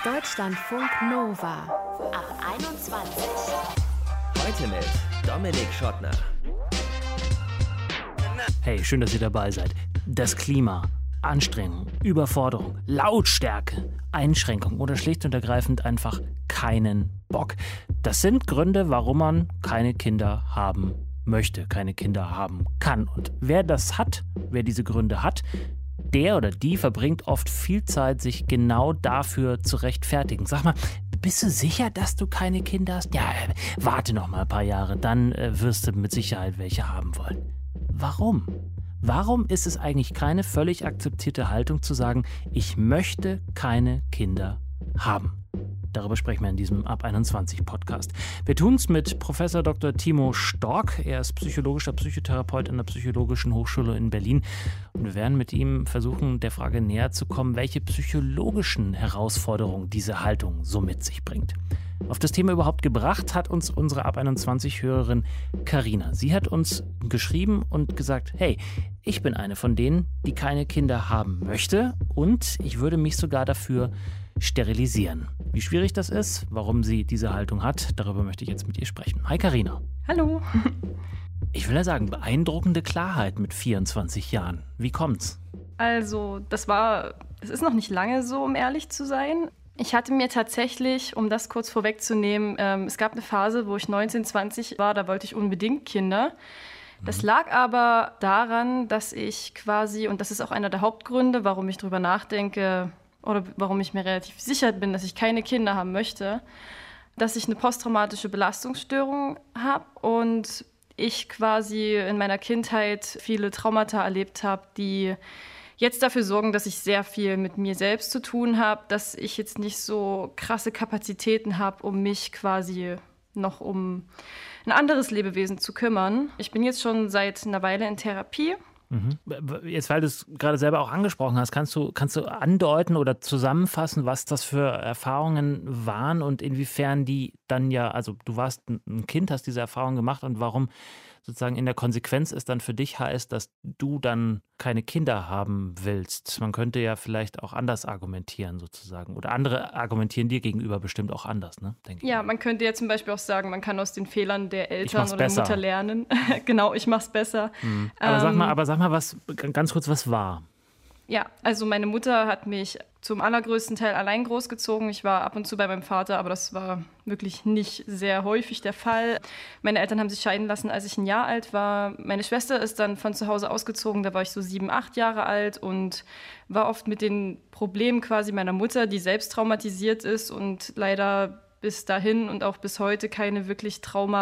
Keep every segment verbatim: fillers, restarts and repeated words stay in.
Deutschlandfunk Nova ab einundzwanzig. Heute mit Dominik Schottner. Hey, schön, dass ihr dabei seid. Das Klima, Anstrengung, Überforderung, Lautstärke, Einschränkung oder schlicht und ergreifend einfach keinen Bock. Das sind Gründe, warum man keine Kinder haben möchte, keine Kinder haben kann. Und wer das hat, wer diese Gründe hat, der oder die verbringt oft viel Zeit, sich genau dafür zu rechtfertigen. Sag mal, bist du sicher, dass du keine Kinder hast? Ja, warte noch mal ein paar Jahre, dann äh, wirst du mit Sicherheit welche haben wollen. Warum? Warum ist es eigentlich keine völlig akzeptierte Haltung zu sagen, ich möchte keine Kinder haben? Darüber sprechen wir in diesem Ab einundzwanzig Podcast. Wir tun es mit Professor Doktor Timo Stork. Er ist psychologischer Psychotherapeut an der Psychologischen Hochschule in Berlin. Und wir werden mit ihm versuchen, der Frage näher zu kommen, welche psychologischen Herausforderungen diese Haltung so mit sich bringt. Auf das Thema überhaupt gebracht hat uns unsere Ab einundzwanzig-Hörerin Carina. Sie hat uns geschrieben und gesagt, hey, ich bin eine von denen, die keine Kinder haben möchte und ich würde mich sogar dafür sterilisieren. Wie schwierig das ist, warum sie diese Haltung hat, darüber möchte ich jetzt mit ihr sprechen. Hi Carina. Hallo. Ich will ja sagen, beeindruckende Klarheit mit vierundzwanzig Jahren. Wie kommt's? Also, das war, es ist noch nicht lange so, um ehrlich zu sein. Ich hatte mir tatsächlich, um das kurz vorwegzunehmen, ähm, es gab eine Phase, wo ich neunzehn, zwanzig war, da wollte ich unbedingt Kinder. Das lag aber daran, dass ich quasi, und das ist auch einer der Hauptgründe, warum ich drüber nachdenke oder warum ich mir relativ sicher bin, dass ich keine Kinder haben möchte, dass ich eine posttraumatische Belastungsstörung habe und ich quasi in meiner Kindheit viele Traumata erlebt habe, die jetzt dafür sorgen, dass ich sehr viel mit mir selbst zu tun habe, dass ich jetzt nicht so krasse Kapazitäten habe, um mich quasi noch um ein anderes Lebewesen zu kümmern. Ich bin jetzt schon seit einer Weile in Therapie. Mhm. Jetzt, weil du es gerade selber auch angesprochen hast, kannst du, kannst du andeuten oder zusammenfassen, was das für Erfahrungen waren und inwiefern die dann ja, also du warst ein Kind, hast diese Erfahrung gemacht und warum sozusagen in der Konsequenz es dann für dich heißt, dass du dann keine Kinder haben willst. Man könnte ja vielleicht auch anders argumentieren sozusagen oder andere argumentieren dir gegenüber bestimmt auch anders, ne? Denke ja, ich. Man könnte ja zum Beispiel auch sagen, man kann aus den Fehlern der Eltern oder besser. Mutter lernen. Genau, ich mach's besser. Mhm. Aber, ähm, sag mal, aber sag mal, was ganz kurz, was war? Ja, also meine Mutter hat mich zum allergrößten Teil allein großgezogen. Ich war ab und zu bei meinem Vater, aber das war wirklich nicht sehr häufig der Fall. Meine Eltern haben sich scheiden lassen, als ich ein Jahr alt war. Meine Schwester ist dann von zu Hause ausgezogen, da war ich so sieben, acht Jahre alt und war oft mit den Problemen quasi meiner Mutter, die selbst traumatisiert ist und leider bis dahin und auch bis heute keine wirklich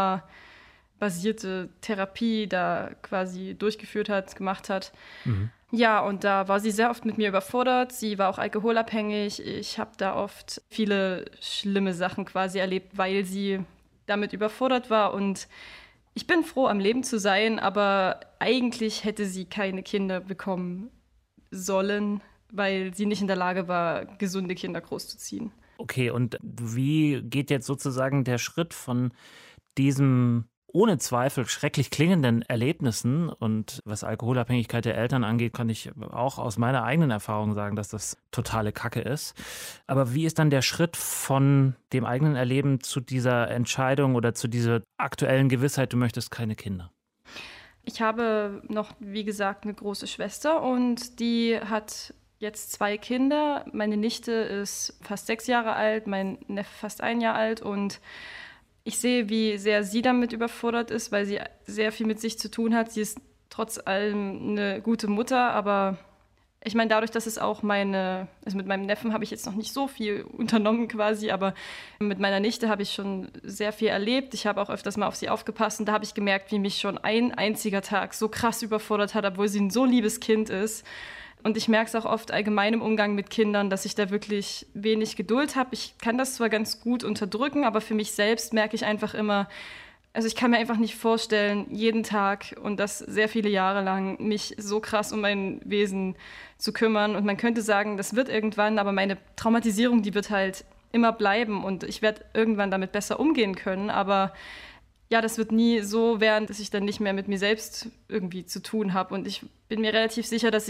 traumabasierte Therapie da quasi durchgeführt hat, gemacht hat. Mhm. Ja, und da war sie sehr oft mit mir überfordert. Sie war auch alkoholabhängig. Ich habe da oft viele schlimme Sachen quasi erlebt, weil sie damit überfordert war. Und ich bin froh, am Leben zu sein, aber eigentlich hätte sie keine Kinder bekommen sollen, weil sie nicht in der Lage war, gesunde Kinder großzuziehen. Okay, und wie geht jetzt sozusagen der Schritt von diesem ohne Zweifel schrecklich klingenden Erlebnissen und was Alkoholabhängigkeit der Eltern angeht, kann ich auch aus meiner eigenen Erfahrung sagen, dass das totale Kacke ist. Aber wie ist dann der Schritt von dem eigenen Erleben zu dieser Entscheidung oder zu dieser aktuellen Gewissheit, du möchtest keine Kinder? Ich habe noch, wie gesagt, eine große Schwester und die hat jetzt zwei Kinder. Meine Nichte ist fast sechs Jahre alt, mein Neffe fast ein Jahr alt und ich sehe, wie sehr sie damit überfordert ist, weil sie sehr viel mit sich zu tun hat. Sie ist trotz allem eine gute Mutter, aber ich meine, dadurch, dass es auch meine, also mit meinem Neffen habe ich jetzt noch nicht so viel unternommen quasi, aber mit meiner Nichte habe ich schon sehr viel erlebt. Ich habe auch öfters mal auf sie aufgepasst und da habe ich gemerkt, wie mich schon ein einziger Tag so krass überfordert hat, obwohl sie ein so liebes Kind ist. Und ich merke es auch oft allgemein im Umgang mit Kindern, dass ich da wirklich wenig Geduld habe. Ich kann das zwar ganz gut unterdrücken, aber für mich selbst merke ich einfach immer, also ich kann mir einfach nicht vorstellen, jeden Tag und das sehr viele Jahre lang, mich so krass um mein Wesen zu kümmern. Und man könnte sagen, das wird irgendwann, aber meine Traumatisierung, die wird halt immer bleiben und ich werde irgendwann damit besser umgehen können. Aber ja, das wird nie so werden, dass ich dann nicht mehr mit mir selbst irgendwie zu tun habe. Und ich bin mir relativ sicher, dass ich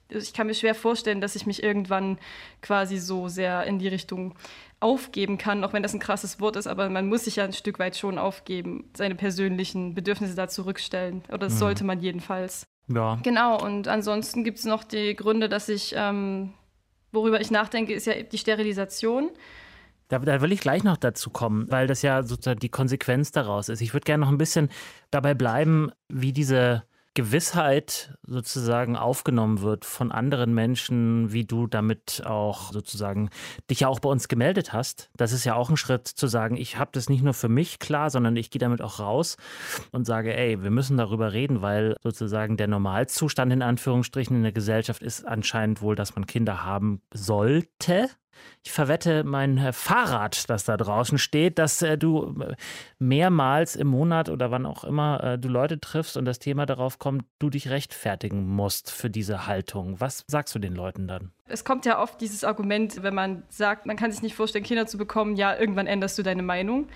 ich kann mir schwer vorstellen, dass ich mich irgendwann quasi so sehr in die Richtung aufgeben kann, auch wenn das ein krasses Wort ist, aber man muss sich ja ein Stück weit schon aufgeben, seine persönlichen Bedürfnisse da zurückstellen. Oder das mhm. sollte man jedenfalls. Ja. Genau, und ansonsten gibt es noch die Gründe, dass ich, ähm, worüber ich nachdenke, ist ja die Sterilisation. Da, da will ich gleich noch dazu kommen, weil das ja sozusagen die Konsequenz daraus ist. Ich würde gerne noch ein bisschen dabei bleiben, wie diese Gewissheit sozusagen aufgenommen wird von anderen Menschen, wie du damit auch sozusagen dich ja auch bei uns gemeldet hast. Das ist ja auch ein Schritt zu sagen, ich habe das nicht nur für mich klar, sondern ich gehe damit auch raus und sage, ey, wir müssen darüber reden, weil sozusagen der Normalzustand in Anführungsstrichen in der Gesellschaft ist anscheinend wohl, dass man Kinder haben sollte. Ich verwette mein Fahrrad, das da draußen steht, dass äh, du mehrmals im Monat oder wann auch immer äh, du Leute triffst und das Thema darauf kommt, du dich rechtfertigen musst für diese Haltung. Was sagst du den Leuten dann? Es kommt ja oft dieses Argument, wenn man sagt, man kann sich nicht vorstellen, Kinder zu bekommen, ja, irgendwann änderst du deine Meinung.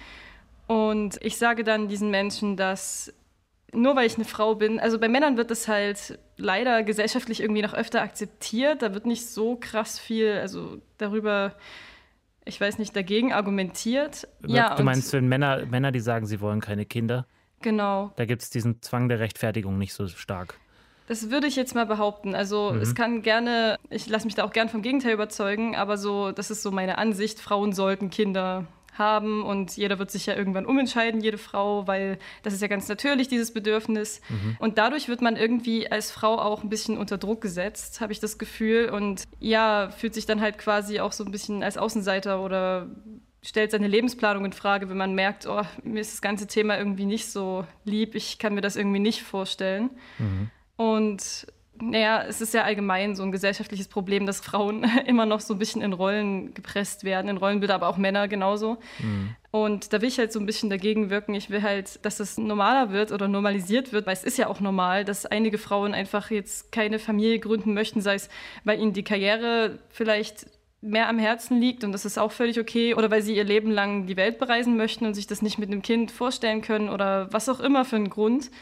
Und ich sage dann diesen Menschen, dass nur weil ich eine Frau bin, also bei Männern wird das halt leider gesellschaftlich irgendwie noch öfter akzeptiert. Da wird nicht so krass viel, also darüber, ich weiß nicht, dagegen argumentiert. Du ja, meinst, wenn Männer, Männer, die sagen, sie wollen keine Kinder? Genau. Da gibt es diesen Zwang der Rechtfertigung nicht so stark. Das würde ich jetzt mal behaupten. Also mhm. es kann gerne, ich lasse mich da auch gern vom Gegenteil überzeugen, aber so, das ist so meine Ansicht, Frauen sollten Kinder haben und jeder wird sich ja irgendwann umentscheiden, jede Frau, weil das ist ja ganz natürlich, dieses Bedürfnis. Mhm. Und dadurch wird man irgendwie als Frau auch ein bisschen unter Druck gesetzt, habe ich das Gefühl. Und ja, fühlt sich dann halt quasi auch so ein bisschen als Außenseiter oder stellt seine Lebensplanung in Frage, wenn man merkt, oh, mir ist das ganze Thema irgendwie nicht so lieb, ich kann mir das irgendwie nicht vorstellen. Mhm. Und naja, es ist ja allgemein so ein gesellschaftliches Problem, dass Frauen immer noch so ein bisschen in Rollen gepresst werden, in Rollenbilder, aber auch Männer genauso. Mhm. Und da will ich halt so ein bisschen dagegen wirken. Ich will halt, dass das normaler wird oder normalisiert wird, weil es ist ja auch normal, dass einige Frauen einfach jetzt keine Familie gründen möchten, sei es, weil ihnen die Karriere vielleicht mehr am Herzen liegt und das ist auch völlig okay, oder weil sie ihr Leben lang die Welt bereisen möchten und sich das nicht mit einem Kind vorstellen können oder was auch immer für einen Grund.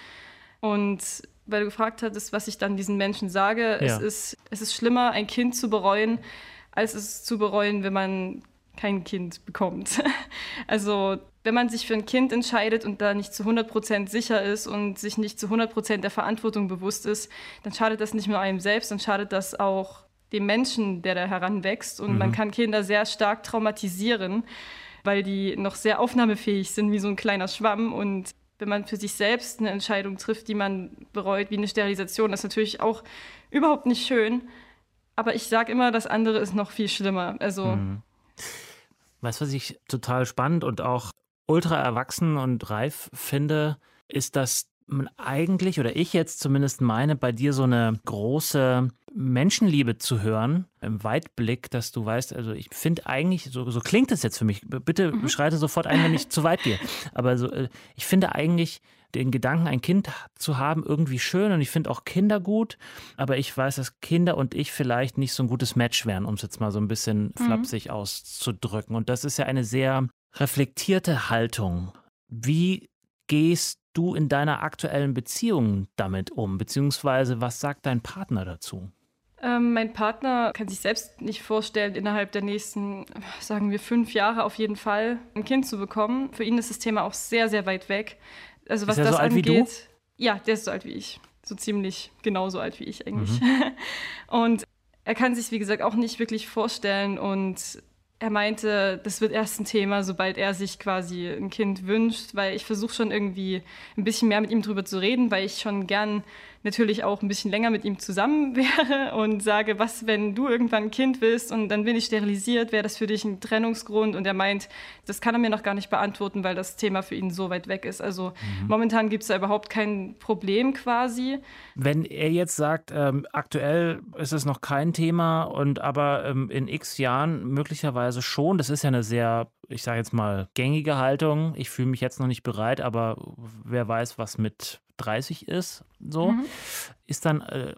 Und weil du gefragt hattest, was ich dann diesen Menschen sage, ja. es ist, es ist schlimmer, ein Kind zu bereuen, als es zu bereuen, wenn man kein Kind bekommt. Also wenn man sich für ein Kind entscheidet und da nicht zu hundert Prozent sicher ist und sich nicht zu hundert Prozent der Verantwortung bewusst ist, dann schadet das nicht nur einem selbst, dann schadet das auch dem Menschen, der da heranwächst. Und mhm. man kann Kinder sehr stark traumatisieren, weil die noch sehr aufnahmefähig sind, wie so ein kleiner Schwamm. Und wenn man für sich selbst eine Entscheidung trifft, die man bereut, wie eine Sterilisation, das ist natürlich auch überhaupt nicht schön. Aber ich sage immer, das andere ist noch viel schlimmer. Also, mhm. Weißt du, was ich total spannend und auch ultra erwachsen und reif finde, ist, dass man eigentlich, oder ich jetzt zumindest meine, bei dir so eine große Menschenliebe zu hören, im Weitblick, dass du weißt, also ich finde eigentlich, so, so klingt es jetzt für mich, bitte mhm. schreite sofort ein, wenn ich zu weit gehe, aber so, ich finde eigentlich den Gedanken, ein Kind zu haben, irgendwie schön und ich finde auch Kinder gut, aber ich weiß, dass Kinder und ich vielleicht nicht so ein gutes Match wären, um es jetzt mal so ein bisschen mhm. flapsig auszudrücken, und das ist ja eine sehr reflektierte Haltung. Wie gehst du in deiner aktuellen Beziehung damit um? Beziehungsweise, was sagt dein Partner dazu? Ähm, mein Partner kann sich selbst nicht vorstellen, innerhalb der nächsten, sagen wir, fünf Jahre auf jeden Fall ein Kind zu bekommen. Für ihn ist das Thema auch sehr, sehr weit weg. Also was ist er das so alt angeht, wie du? Ja, der ist so alt wie ich. So ziemlich genauso alt wie ich eigentlich. Mhm. Und er kann sich, wie gesagt, auch nicht wirklich vorstellen, und er meinte, das wird erst ein Thema, sobald er sich quasi ein Kind wünscht, weil ich versuche schon irgendwie ein bisschen mehr mit ihm drüber zu reden, weil ich schon gern natürlich auch ein bisschen länger mit ihm zusammen wäre und sage, was, wenn du irgendwann ein Kind willst und dann bin ich sterilisiert, wäre das für dich ein Trennungsgrund? Und er meint, das kann er mir noch gar nicht beantworten, weil das Thema für ihn so weit weg ist. Also mhm. momentan gibt es da überhaupt kein Problem quasi. Wenn er jetzt sagt, ähm, aktuell ist es noch kein Thema, und aber ähm, in x Jahren möglicherweise schon, das ist ja eine sehr, ich sage jetzt mal, gängige Haltung. Ich fühle mich jetzt noch nicht bereit, aber wer weiß, was mit dreißig ist, so. Mhm. Ist dann äh,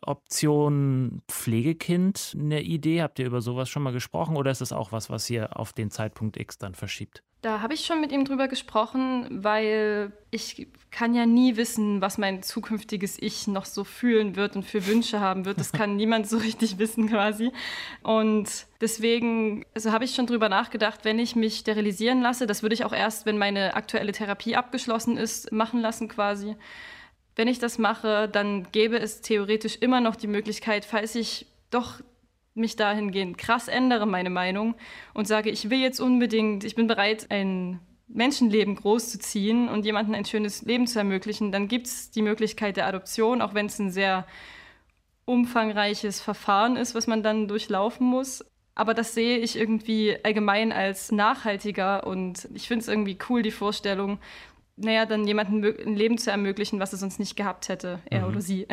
Option Pflegekind eine Idee? Habt ihr über sowas schon mal gesprochen, oder ist das auch was, was ihr auf den Zeitpunkt X dann verschiebt? Da habe ich schon mit ihm drüber gesprochen, weil ich kann ja nie wissen, was mein zukünftiges Ich noch so fühlen wird und für Wünsche haben wird. Das kann niemand so richtig wissen quasi. Und deswegen also habe ich schon drüber nachgedacht, wenn ich mich sterilisieren lasse, das würde ich auch erst, wenn meine aktuelle Therapie abgeschlossen ist, machen lassen quasi. Wenn ich das mache, dann gäbe es theoretisch immer noch die Möglichkeit, falls ich doch mich dahingehend krass ändere, meine Meinung, und sage, ich will jetzt unbedingt, ich bin bereit, ein Menschenleben großzuziehen und jemandem ein schönes Leben zu ermöglichen, dann gibt es die Möglichkeit der Adoption, auch wenn es ein sehr umfangreiches Verfahren ist, was man dann durchlaufen muss. Aber das sehe ich irgendwie allgemein als nachhaltiger und ich finde es irgendwie cool, die Vorstellung, naja, dann jemandem ein Leben zu ermöglichen, was er sonst nicht gehabt hätte, er mhm. oder sie.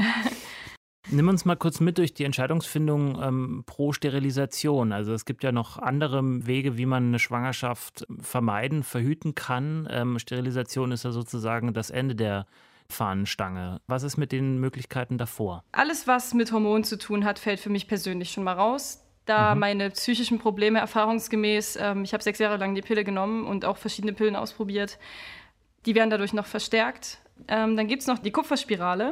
Nimm uns mal kurz mit durch die Entscheidungsfindung ähm, pro Sterilisation. Also es gibt ja noch andere Wege, wie man eine Schwangerschaft vermeiden, verhüten kann. Ähm, Sterilisation ist ja sozusagen das Ende der Fahnenstange. Was ist mit den Möglichkeiten davor? Alles, was mit Hormonen zu tun hat, fällt für mich persönlich schon mal raus. Da mhm. meine psychischen Probleme erfahrungsgemäß, ähm, ich habe sechs Jahre lang die Pille genommen und auch verschiedene Pillen ausprobiert, die werden dadurch noch verstärkt. Ähm, dann gibt es noch die Kupferspirale.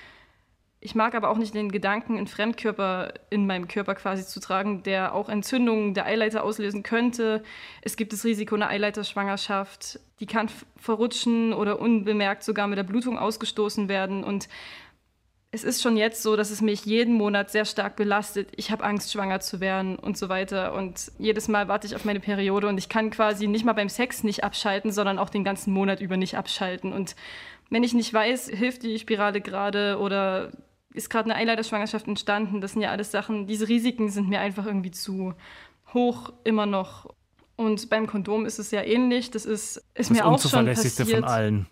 Ich mag aber auch nicht den Gedanken, einen Fremdkörper in meinem Körper quasi zu tragen, der auch Entzündungen der Eileiter auslösen könnte. Es gibt das Risiko einer Eileiterschwangerschaft. Die kann verrutschen oder unbemerkt sogar mit der Blutung ausgestoßen werden. Und es ist schon jetzt so, dass es mich jeden Monat sehr stark belastet. Ich habe Angst, schwanger zu werden und so weiter. Und jedes Mal warte ich auf meine Periode und ich kann quasi nicht mal beim Sex nicht abschalten, sondern auch den ganzen Monat über nicht abschalten. Und wenn ich nicht weiß, hilft die Spirale gerade oder ist gerade eine Eileiterschwangerschaft entstanden. Das sind ja alles Sachen, diese Risiken sind mir einfach irgendwie zu hoch immer noch. Und beim Kondom ist es ja ähnlich. Das ist, ist mir auch schon passiert. Das unzuverlässigste von allen.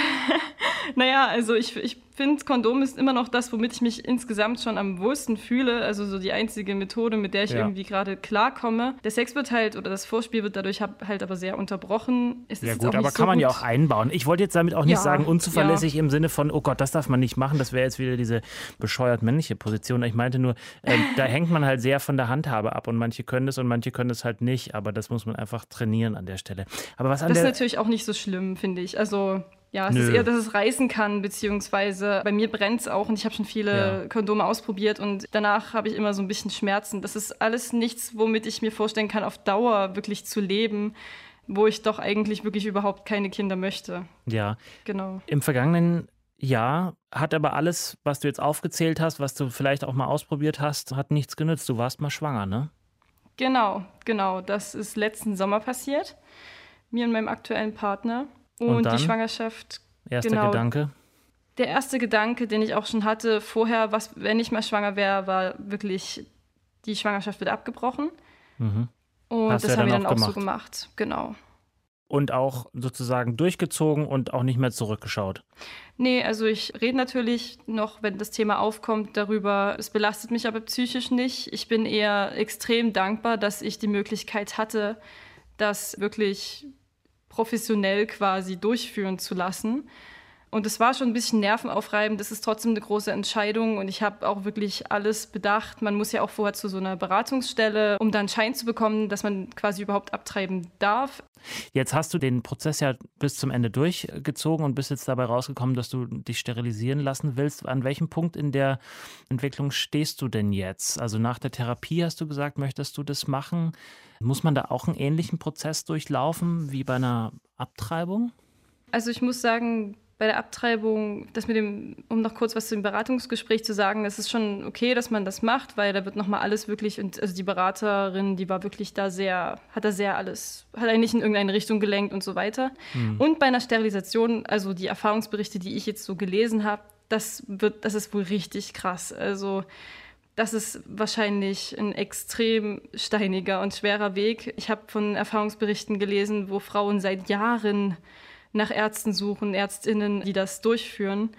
Naja, also ich, ich finde, Kondom ist immer noch das, womit ich mich insgesamt schon am wohlsten fühle. Also so die einzige Methode, mit der ich ja. irgendwie gerade klarkomme. Der Sex wird halt, oder das Vorspiel wird dadurch halt aber sehr unterbrochen. Es ja ist gut, aber kann so man gut. ja auch einbauen. Ich wollte jetzt damit auch nicht ja, sagen, unzuverlässig ja. im Sinne von, oh Gott, das darf man nicht machen. Das wäre jetzt wieder diese bescheuert männliche Position. Ich meinte nur, äh, da hängt man halt sehr von der Handhabe ab. Und manche können das und manche können das halt nicht. Aber das muss man einfach trainieren an der Stelle. Aber was an das der ist natürlich auch nicht so schlimm, finde ich. Also ja, es Nö. ist eher, dass es reißen kann, beziehungsweise bei mir brennt es auch und ich habe schon viele ja. Kondome ausprobiert und danach habe ich immer so ein bisschen Schmerzen. Das ist alles nichts, womit ich mir vorstellen kann, auf Dauer wirklich zu leben, wo ich doch eigentlich wirklich überhaupt keine Kinder möchte. Ja, genau. Im vergangenen Jahr hat aber alles, was du jetzt aufgezählt hast, was du vielleicht auch mal ausprobiert hast, hat nichts genützt. Du warst mal schwanger, ne? Genau, genau. Das ist letzten Sommer passiert. Mir und meinem aktuellen Partner. Und, und dann? Die Schwangerschaft. Erster genau, Gedanke? Der erste Gedanke, den ich auch schon hatte vorher, was, wenn ich mal schwanger wäre, war wirklich, die Schwangerschaft wird abgebrochen. Mhm. Und Hast das ja haben wir dann dann auch auch so gemacht. gemacht. Genau. Und auch sozusagen durchgezogen und auch nicht mehr zurückgeschaut? Nee, also ich rede natürlich noch, wenn das Thema aufkommt, darüber. Es belastet mich aber psychisch nicht. Ich bin eher extrem dankbar, dass ich die Möglichkeit hatte, das wirklich professionell quasi durchführen zu lassen. Und es war schon ein bisschen nervenaufreibend. Das ist trotzdem eine große Entscheidung und ich habe auch wirklich alles bedacht. Man muss ja auch vorher zu so einer Beratungsstelle, um dann einen Schein zu bekommen, dass man quasi überhaupt abtreiben darf. Jetzt hast du den Prozess ja bis zum Ende durchgezogen und bist jetzt dabei rausgekommen, dass du dich sterilisieren lassen willst. An welchem Punkt in der Entwicklung stehst du denn jetzt? Also nach der Therapie hast du gesagt, möchtest du das machen? Muss man da auch einen ähnlichen Prozess durchlaufen wie bei einer Abtreibung? Also ich muss sagen, bei der Abtreibung, das mit dem, um noch kurz was zu dem Beratungsgespräch zu sagen, es ist schon okay, dass man das macht, weil da wird nochmal alles wirklich, und also die Beraterin, die war wirklich da sehr, hat da sehr alles, hat eigentlich in irgendeine Richtung gelenkt und so weiter. Mhm. Und bei einer Sterilisation, also die Erfahrungsberichte, die ich jetzt so gelesen habe, das wird, das ist wohl richtig krass. Also das ist wahrscheinlich ein extrem steiniger und schwerer Weg. Ich habe von Erfahrungsberichten gelesen, wo Frauen seit Jahren nach Ärzten suchen, ÄrztInnen, die das durchführen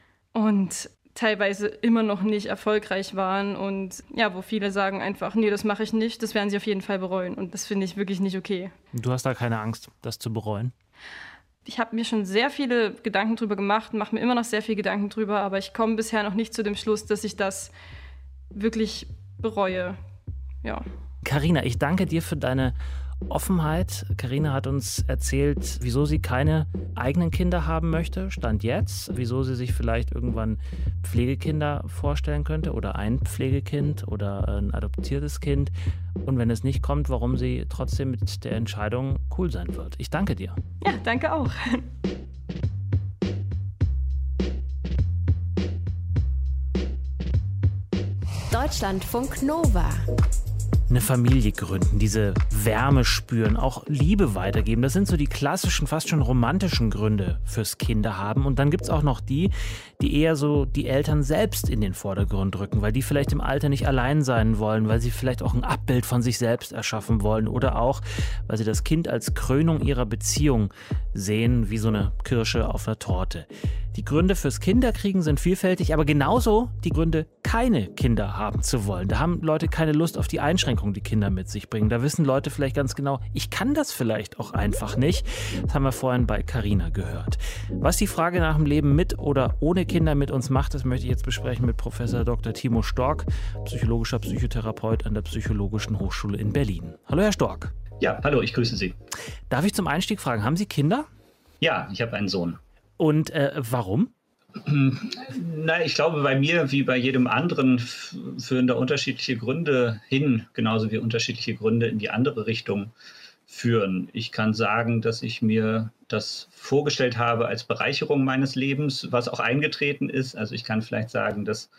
und teilweise immer noch nicht erfolgreich waren und ja, wo viele sagen einfach, nee, das mache ich nicht, das werden sie auf jeden Fall bereuen und das finde ich wirklich nicht okay. Du hast da keine Angst, das zu bereuen? Ich habe mir schon sehr viele Gedanken drüber gemacht, mache mir immer noch sehr viele Gedanken drüber, aber ich komme bisher noch nicht zu dem Schluss, dass ich das wirklich bereue, ja. Carina, ich danke dir für deine Offenheit. Carina hat uns erzählt, wieso sie keine eigenen Kinder haben möchte, Stand jetzt, wieso sie sich vielleicht irgendwann Pflegekinder vorstellen könnte oder ein Pflegekind oder ein adoptiertes Kind und wenn es nicht kommt, warum sie trotzdem mit der Entscheidung cool sein wird. Ich danke dir. Ja, danke auch. Deutschlandfunk Nova. Eine Familie gründen, diese Wärme spüren, auch Liebe weitergeben. Das sind so die klassischen, fast schon romantischen Gründe fürs Kinderhaben. Und dann gibt es auch noch die, die eher so die Eltern selbst in den Vordergrund rücken, weil die vielleicht im Alter nicht allein sein wollen, weil sie vielleicht auch ein Abbild von sich selbst erschaffen wollen oder auch, weil sie das Kind als Krönung ihrer Beziehung sehen, wie so eine Kirsche auf einer Torte. Die Gründe fürs Kinderkriegen sind vielfältig, aber genauso die Gründe, keine Kinder haben zu wollen. Da haben Leute keine Lust auf die Einschränkungen, die Kinder mit sich bringen. Da wissen Leute vielleicht ganz genau, ich kann das vielleicht auch einfach nicht. Das haben wir vorhin bei Carina gehört. Was die Frage nach dem Leben mit oder ohne Kinder mit uns macht, das möchte ich jetzt besprechen mit Professor Doktor Timo Stork, psychologischer Psychotherapeut an der Psychologischen Hochschule in Berlin. Hallo, Herr Stork. Ja, hallo, ich grüße Sie. Darf ich zum Einstieg fragen, haben Sie Kinder? Ja, ich habe einen Sohn. Und äh, warum? Na, ich glaube, bei mir wie bei jedem anderen führen da unterschiedliche Gründe hin, genauso wie unterschiedliche Gründe in die andere Richtung führen. Ich kann sagen, dass ich mir das vorgestellt habe als Bereicherung meines Lebens, was auch eingetreten ist. Also ich kann vielleicht sagen, dass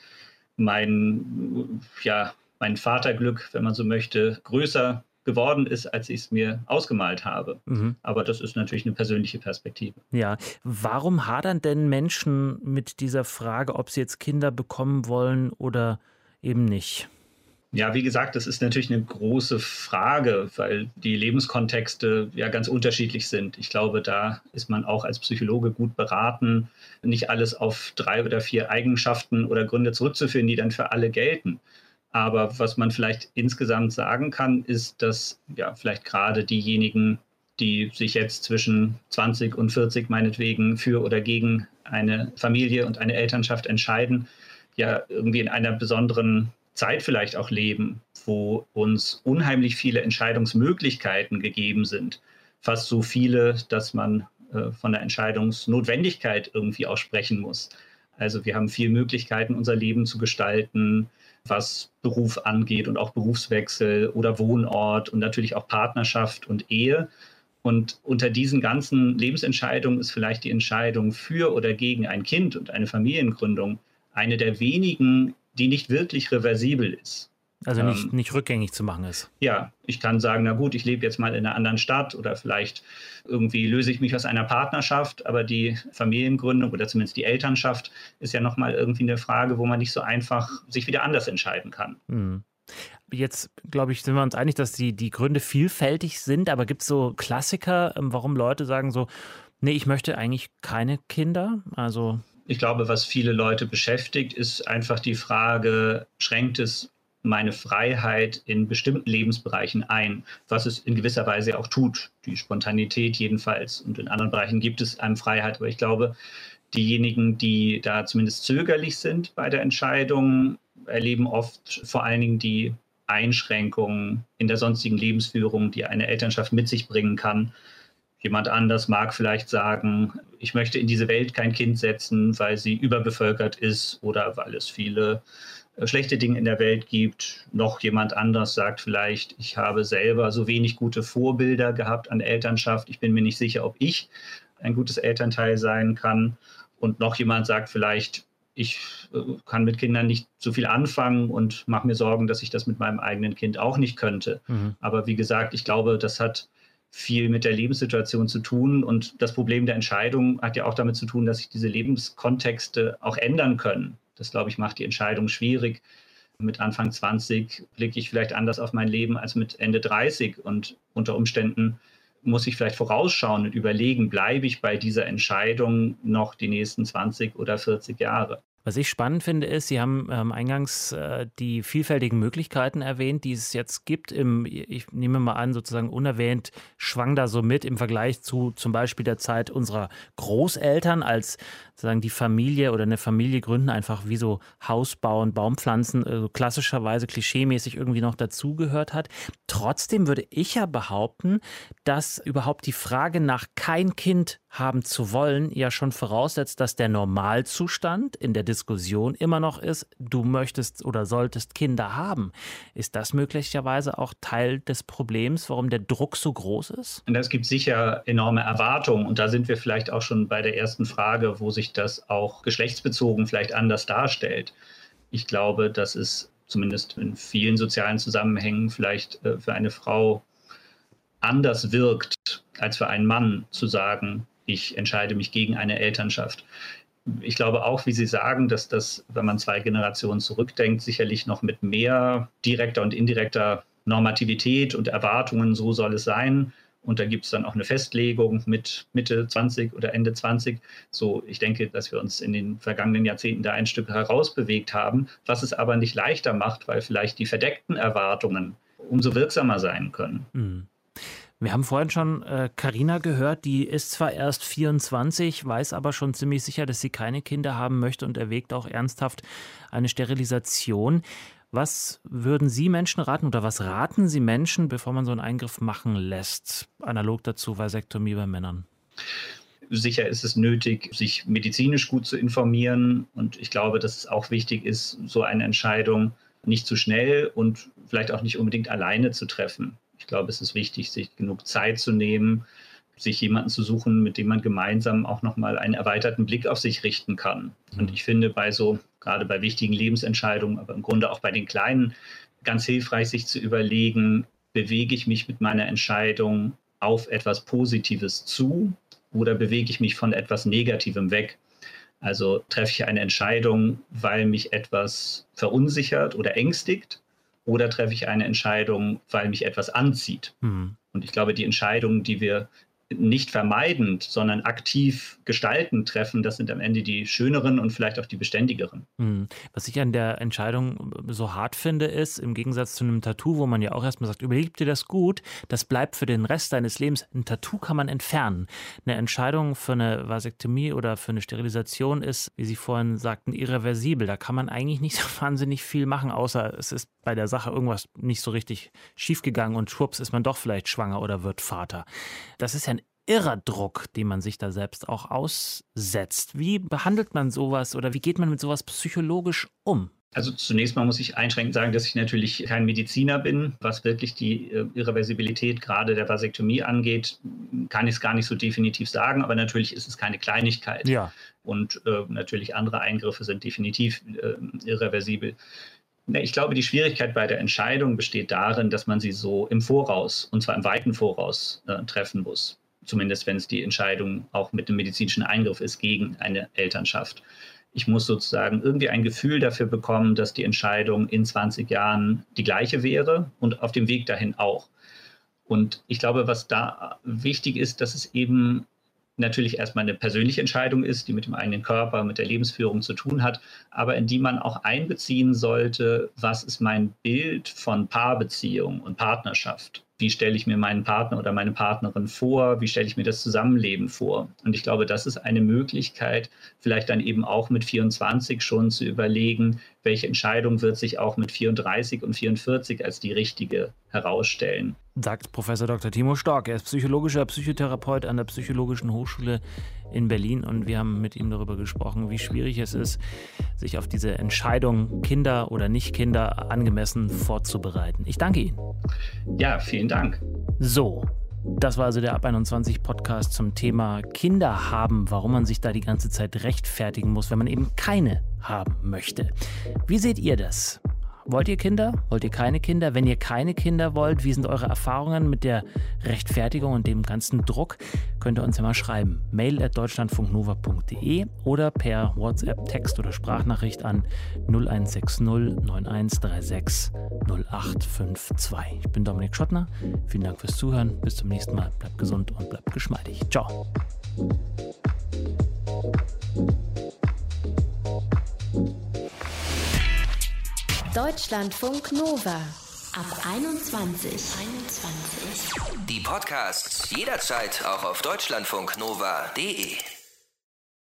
mein, ja, mein Vaterglück, wenn man so möchte, größer geworden ist, als ich es mir ausgemalt habe. Mhm. Aber das ist natürlich eine persönliche Perspektive. Ja, warum hadern denn Menschen mit dieser Frage, ob sie jetzt Kinder bekommen wollen oder eben nicht? Ja, wie gesagt, das ist natürlich eine große Frage, weil die Lebenskontexte ja ganz unterschiedlich sind. Ich glaube, da ist man auch als Psychologe gut beraten, nicht alles auf drei oder vier Eigenschaften oder Gründe zurückzuführen, die dann für alle gelten. Aber was man vielleicht insgesamt sagen kann, ist, dass ja vielleicht gerade diejenigen, die sich jetzt zwischen zwanzig und vierzig meinetwegen für oder gegen eine Familie und eine Elternschaft entscheiden, ja irgendwie in einer besonderen Zeit vielleicht auch leben, wo uns unheimlich viele Entscheidungsmöglichkeiten gegeben sind. Fast so viele, dass man äh, von der Entscheidungsnotwendigkeit irgendwie auch sprechen muss. Also wir haben viele Möglichkeiten, unser Leben zu gestalten, was Beruf angeht und auch Berufswechsel oder Wohnort und natürlich auch Partnerschaft und Ehe. Und unter diesen ganzen Lebensentscheidungen ist vielleicht die Entscheidung für oder gegen ein Kind und eine Familiengründung eine der wenigen, die nicht wirklich reversibel ist. Also nicht, ähm, nicht rückgängig zu machen ist. Ja, ich kann sagen, na gut, ich lebe jetzt mal in einer anderen Stadt oder vielleicht irgendwie löse ich mich aus einer Partnerschaft, aber die Familiengründung oder zumindest die Elternschaft ist ja nochmal irgendwie eine Frage, wo man nicht so einfach sich wieder anders entscheiden kann. Hm. Jetzt, glaube ich, sind wir uns einig, dass die, die Gründe vielfältig sind, aber gibt es so Klassiker, warum Leute sagen so, nee, ich möchte eigentlich keine Kinder? Also ich glaube, was viele Leute beschäftigt, ist einfach die Frage, schränkt es meine Freiheit in bestimmten Lebensbereichen ein, was es in gewisser Weise auch tut, die Spontanität jedenfalls. Und in anderen Bereichen gibt es einem Freiheit. Aber ich glaube, diejenigen, die da zumindest zögerlich sind bei der Entscheidung, erleben oft vor allen Dingen die Einschränkungen in der sonstigen Lebensführung, die eine Elternschaft mit sich bringen kann. Jemand anders mag vielleicht sagen, ich möchte in diese Welt kein Kind setzen, weil sie überbevölkert ist oder weil es viele schlechte Dinge in der Welt gibt. Noch jemand anders sagt vielleicht, ich habe selber so wenig gute Vorbilder gehabt an Elternschaft. Ich bin mir nicht sicher, ob ich ein gutes Elternteil sein kann. Und noch jemand sagt vielleicht, ich kann mit Kindern nicht so viel anfangen und mache mir Sorgen, dass ich das mit meinem eigenen Kind auch nicht könnte. Mhm. Aber wie gesagt, ich glaube, das hat viel mit der Lebenssituation zu tun. Und das Problem der Entscheidung hat ja auch damit zu tun, dass sich diese Lebenskontexte auch ändern können. Das, glaube ich, macht die Entscheidung schwierig. Mit Anfang zwanzig blicke ich vielleicht anders auf mein Leben als mit Ende dreißig. Und unter Umständen muss ich vielleicht vorausschauen und überlegen, bleibe ich bei dieser Entscheidung noch die nächsten zwanzig oder vierzig Jahre. Was ich spannend finde, ist, Sie haben ähm, eingangs äh, die vielfältigen Möglichkeiten erwähnt, die es jetzt gibt. Im, ich nehme mal an, sozusagen unerwähnt schwang da so mit im Vergleich zu zum Beispiel der Zeit unserer Großeltern, als sozusagen die Familie oder eine Familie gründen, einfach wie so Haus bauen, Baumpflanzen, äh, klassischerweise klischeemäßig irgendwie noch dazugehört hat. Trotzdem würde ich ja behaupten, dass überhaupt die Frage nach kein Kind haben zu wollen ja schon voraussetzt, dass der Normalzustand in der Diskussion immer noch ist, du möchtest oder solltest Kinder haben. Ist das möglicherweise auch Teil des Problems, warum der Druck so groß ist? Und es gibt sicher enorme Erwartungen und da sind wir vielleicht auch schon bei der ersten Frage, wo sich das auch geschlechtsbezogen vielleicht anders darstellt. Ich glaube, dass es zumindest in vielen sozialen Zusammenhängen vielleicht äh, für eine Frau anders wirkt, als für einen Mann zu sagen, ich entscheide mich gegen eine Elternschaft. Ich glaube auch, wie Sie sagen, dass das, wenn man zwei Generationen zurückdenkt, sicherlich noch mit mehr direkter und indirekter Normativität und Erwartungen, so soll es sein. Und da gibt es dann auch eine Festlegung mit Mitte zwanzig oder Ende zwanzig. So, ich denke, dass wir uns in den vergangenen Jahrzehnten da ein Stück herausbewegt haben, was es aber nicht leichter macht, weil vielleicht die verdeckten Erwartungen umso wirksamer sein können. Mhm. Wir haben vorhin schon Carina äh, gehört, die ist zwar erst vierundzwanzig, weiß aber schon ziemlich sicher, dass sie keine Kinder haben möchte und erwägt auch ernsthaft eine Sterilisation. Was würden Sie Menschen raten oder was raten Sie Menschen, bevor man so einen Eingriff machen lässt? Analog dazu Vasektomie bei Männern. Sicher ist es nötig, sich medizinisch gut zu informieren und ich glaube, dass es auch wichtig ist, so eine Entscheidung nicht zu schnell und vielleicht auch nicht unbedingt alleine zu treffen. Ich glaube, es ist wichtig, sich genug Zeit zu nehmen, sich jemanden zu suchen, mit dem man gemeinsam auch nochmal einen erweiterten Blick auf sich richten kann. Und ich finde bei so, gerade bei wichtigen Lebensentscheidungen, aber im Grunde auch bei den kleinen, ganz hilfreich, sich zu überlegen, bewege ich mich mit meiner Entscheidung auf etwas Positives zu oder bewege ich mich von etwas Negativem weg? Also treffe ich eine Entscheidung, weil mich etwas verunsichert oder ängstigt? Oder treffe ich eine Entscheidung, weil mich etwas anzieht? Mhm. Und ich glaube, die Entscheidungen, die wir nicht vermeidend, sondern aktiv gestaltend treffen, das sind am Ende die schöneren und vielleicht auch die beständigeren. Was ich an der Entscheidung so hart finde, ist, im Gegensatz zu einem Tattoo, wo man ja auch erstmal sagt, überleg dir das gut, das bleibt für den Rest deines Lebens. Ein Tattoo kann man entfernen. Eine Entscheidung für eine Vasektomie oder für eine Sterilisation ist, wie Sie vorhin sagten, irreversibel. Da kann man eigentlich nicht so wahnsinnig viel machen, außer es ist bei der Sache irgendwas nicht so richtig schiefgegangen und schwupps ist man doch vielleicht schwanger oder wird Vater. Das ist ja ein irrer Druck, den man sich da selbst auch aussetzt. Wie behandelt man sowas oder wie geht man mit sowas psychologisch um? Also zunächst mal muss ich einschränkend sagen, dass ich natürlich kein Mediziner bin. Was wirklich die Irreversibilität gerade der Vasektomie angeht, kann ich es gar nicht so definitiv sagen. Aber natürlich ist es keine Kleinigkeit. Ja. Und äh, natürlich andere Eingriffe sind definitiv äh, irreversibel. Ich glaube, die Schwierigkeit bei der Entscheidung besteht darin, dass man sie so im Voraus, und zwar im weiten Voraus, äh, treffen muss. Zumindest wenn es die Entscheidung auch mit einem medizinischen Eingriff ist gegen eine Elternschaft. Ich muss sozusagen irgendwie ein Gefühl dafür bekommen, dass die Entscheidung in zwanzig Jahren die gleiche wäre und auf dem Weg dahin auch. Und ich glaube, was da wichtig ist, dass es eben natürlich erstmal eine persönliche Entscheidung ist, die mit dem eigenen Körper, mit der Lebensführung zu tun hat, aber in die man auch einbeziehen sollte, was ist mein Bild von Paarbeziehung und Partnerschaft? Wie stelle ich mir meinen Partner oder meine Partnerin vor? Wie stelle ich mir das Zusammenleben vor? Und ich glaube, das ist eine Möglichkeit, vielleicht dann eben auch mit vierundzwanzig schon zu überlegen, welche Entscheidung wird sich auch mit vierunddreißig und vierundvierzig als die richtige herausstellen. Sagt Professor Doktor Timo Stork. Er ist psychologischer Psychotherapeut an der Psychologischen Hochschule in Berlin und wir haben mit ihm darüber gesprochen, wie schwierig es ist, sich auf diese Entscheidung, Kinder oder nicht Kinder, angemessen vorzubereiten. Ich danke Ihnen. Ja, vielen Dank. So, das war also der Ab einundzwanzig Podcast zum Thema Kinder haben, warum man sich da die ganze Zeit rechtfertigen muss, wenn man eben keine haben möchte. Wie seht ihr das? Wollt ihr Kinder? Wollt ihr keine Kinder? Wenn ihr keine Kinder wollt, wie sind eure Erfahrungen mit der Rechtfertigung und dem ganzen Druck? Könnt ihr uns ja mal schreiben. mail at deutschlandfunknova punkt de oder per WhatsApp, Text oder Sprachnachricht an null eins sechs null neun eins drei sechs null acht fünf zwei. Ich bin Dominik Schottner. Vielen Dank fürs Zuhören. Bis zum nächsten Mal. Bleibt gesund und bleibt geschmeidig. Ciao. Deutschlandfunk Nova. Ab einundzwanzig. einundzwanzig. Die Podcasts jederzeit auch auf deutschlandfunknova punkt de.